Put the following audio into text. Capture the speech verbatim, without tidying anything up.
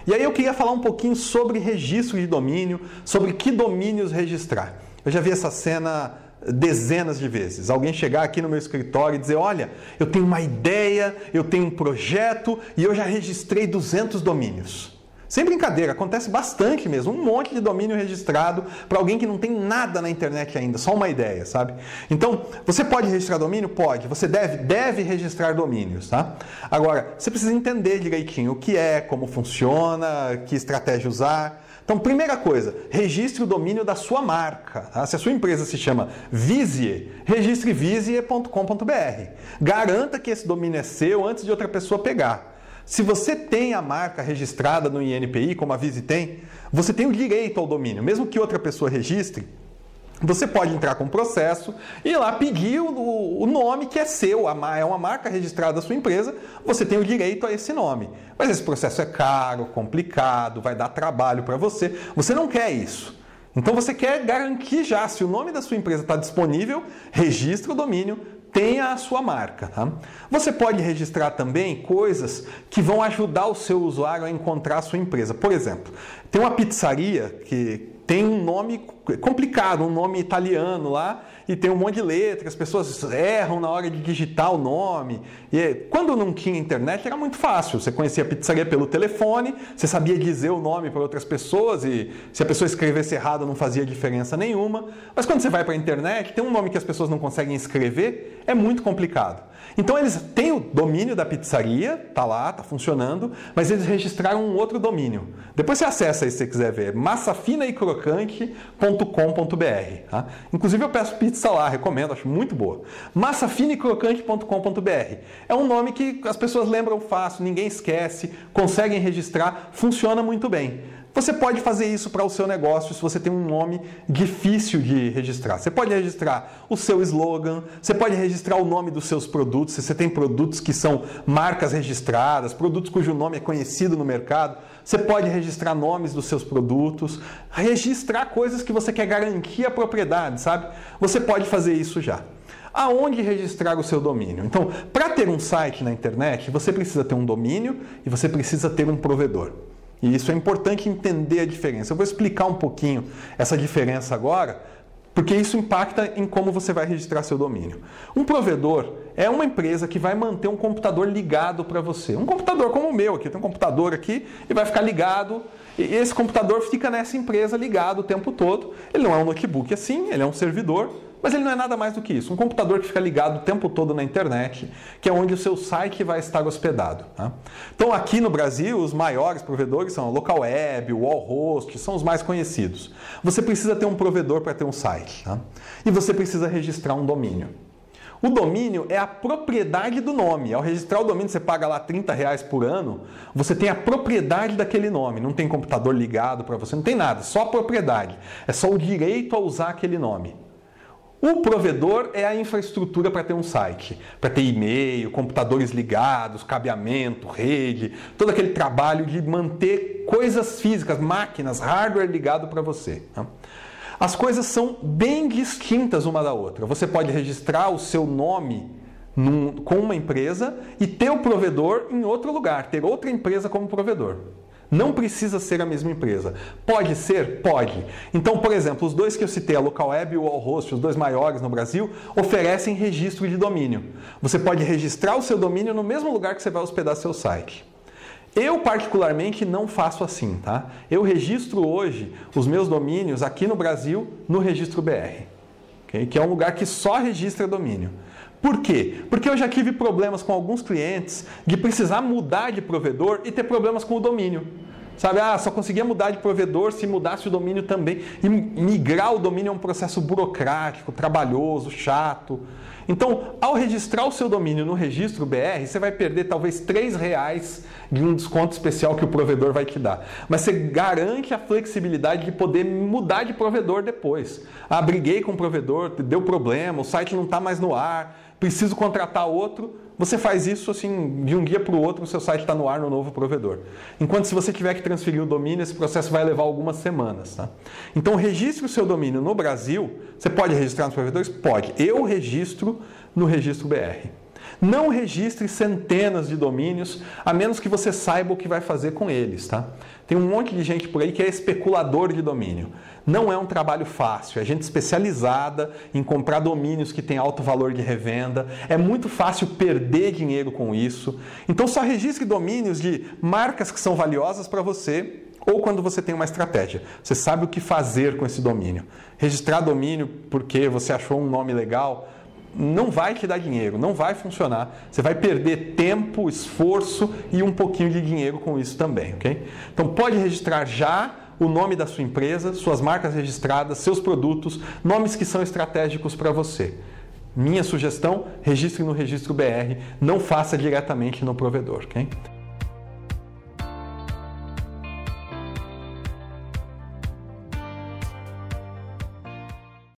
E aí eu queria falar um pouquinho sobre registro de domínio, sobre que domínios registrar. Eu já vi essa cena dezenas de vezes. Alguém chegar aqui no meu escritório e dizer, olha, eu tenho uma ideia, eu tenho um projeto e eu já registrei duzentos domínios. Sem brincadeira, acontece bastante mesmo, um monte de domínio registrado para alguém que não tem nada na internet ainda, só uma ideia, sabe? Então, você pode registrar domínio? Pode. Você deve, deve registrar domínios, tá? Agora, você precisa entender direitinho o que é, como funciona, que estratégia usar. Então, primeira coisa, registre o domínio da sua marca. Tá? Se a sua empresa se chama Vizie, registre vizie ponto com ponto br. Garanta que esse domínio é seu antes de outra pessoa pegar. Se você tem a marca registrada no I N P I, como a Vizie tem, você tem o direito ao domínio. Mesmo que outra pessoa registre, você pode entrar com um processo e ir lá pedir o, o nome que é seu, é uma marca registrada da sua empresa, você tem o direito a esse nome. Mas esse processo é caro, complicado, vai dar trabalho para você. Você não quer isso. Então você quer garantir já, se o nome da sua empresa está disponível, registre o domínio, tenha a sua marca. Tá? Você pode registrar também coisas que vão ajudar o seu usuário a encontrar a sua empresa. Por exemplo, tem uma pizzaria que tem um nome complicado, um nome italiano lá, e tem um monte de letras, as pessoas erram na hora de digitar o nome. E quando não tinha internet era muito fácil, você conhecia a pizzaria pelo telefone, você sabia dizer o nome para outras pessoas, e se a pessoa escrevesse errado não fazia diferença nenhuma. Mas quando você vai para a internet, tem um nome que as pessoas não conseguem escrever, é muito complicado. Então eles têm o domínio da pizzaria, tá lá, tá funcionando, mas eles registraram um outro domínio. Depois você acessa aí se você quiser ver, massa fina e crocante ponto com ponto br. Tá? Inclusive eu peço pizza lá, recomendo, acho muito boa. massa fina e crocante ponto com ponto br. É um nome que as pessoas lembram fácil, ninguém esquece, conseguem registrar, funciona muito bem. Você pode fazer isso para o seu negócio se você tem um nome difícil de registrar. Você pode registrar o seu slogan, você pode registrar o nome dos seus produtos, se você tem produtos que são marcas registradas, produtos cujo nome é conhecido no mercado, você pode registrar nomes dos seus produtos, registrar coisas que você quer garantir a propriedade, sabe? Você pode fazer isso já. Aonde registrar o seu domínio? Então, para ter um site na internet, você precisa ter um domínio e você precisa ter um provedor. E isso é importante entender a diferença. Eu vou explicar um pouquinho essa diferença agora, porque isso impacta em como você vai registrar seu domínio. Um provedor é uma empresa que vai manter um computador ligado para você. Um computador como o meu aqui, tem um computador aqui e vai ficar ligado. E esse computador fica nessa empresa ligado o tempo todo. Ele não é um notebook assim, ele é um servidor, mas ele não é nada mais do que isso. Um computador que fica ligado o tempo todo na internet, que é onde o seu site vai estar hospedado. Tá? Então aqui no Brasil, os maiores provedores são a Localweb, o Wallhost, são os mais conhecidos. Você precisa ter um provedor para ter um site. Tá? E você precisa registrar um domínio. O domínio é a propriedade do nome. Ao registrar o domínio, você paga lá trinta reais por ano, você tem a propriedade daquele nome. Não tem computador ligado para você, não tem nada, só a propriedade. É só o direito a usar aquele nome. O provedor é a infraestrutura para ter um site, para ter e-mail, computadores ligados, cabeamento, rede, todo aquele trabalho de manter coisas físicas, máquinas, hardware ligado para você. Tá? As coisas são bem distintas uma da outra. Você pode registrar o seu nome num, com uma empresa e ter o provedor em outro lugar, ter outra empresa como provedor. Não precisa ser a mesma empresa. Pode ser? Pode. Então, por exemplo, os dois que eu citei, a Localweb e o Wallhost, os dois maiores no Brasil, oferecem registro de domínio. Você pode registrar o seu domínio no mesmo lugar que você vai hospedar seu site. Eu, particularmente, não faço assim, tá? Eu registro hoje os meus domínios aqui no Brasil no Registro B R, okay? Que é um lugar que só registra domínio. Por quê? Porque eu já tive problemas com alguns clientes de precisar mudar de provedor e ter problemas com o domínio. Sabe, ah, só conseguia mudar de provedor se mudasse o domínio também. E migrar o domínio é um processo burocrático, trabalhoso, chato. Então, ao registrar o seu domínio no Registro B R, você vai perder talvez três reais de um desconto especial que o provedor vai te dar. Mas você garante a flexibilidade de poder mudar de provedor depois. Ah, briguei com o provedor, deu problema, o site não está mais no ar, preciso contratar outro. Você faz isso assim, de um dia para o outro, o seu site está no ar no novo provedor. Enquanto se você tiver que transferir o domínio, esse processo vai levar algumas semanas. Tá? Então registre o seu domínio no Brasil. Você pode registrar nos provedores? Pode. Eu registro no Registro B R. Não registre centenas de domínios, a menos que você saiba o que vai fazer com eles, tá? Tem um monte de gente por aí que é especulador de domínio. Não é um trabalho fácil, é gente especializada em comprar domínios que têm alto valor de revenda, é muito fácil perder dinheiro com isso. Então só registre domínios de marcas que são valiosas para você, ou quando você tem uma estratégia. Você sabe o que fazer com esse domínio. Registrar domínio porque você achou um nome legal não vai te dar dinheiro, não vai funcionar. Você vai perder tempo, esforço e um pouquinho de dinheiro com isso também, ok? Então pode registrar já o nome da sua empresa, suas marcas registradas, seus produtos, nomes que são estratégicos para você. Minha sugestão, registre no Registro B R, não faça diretamente no provedor, ok?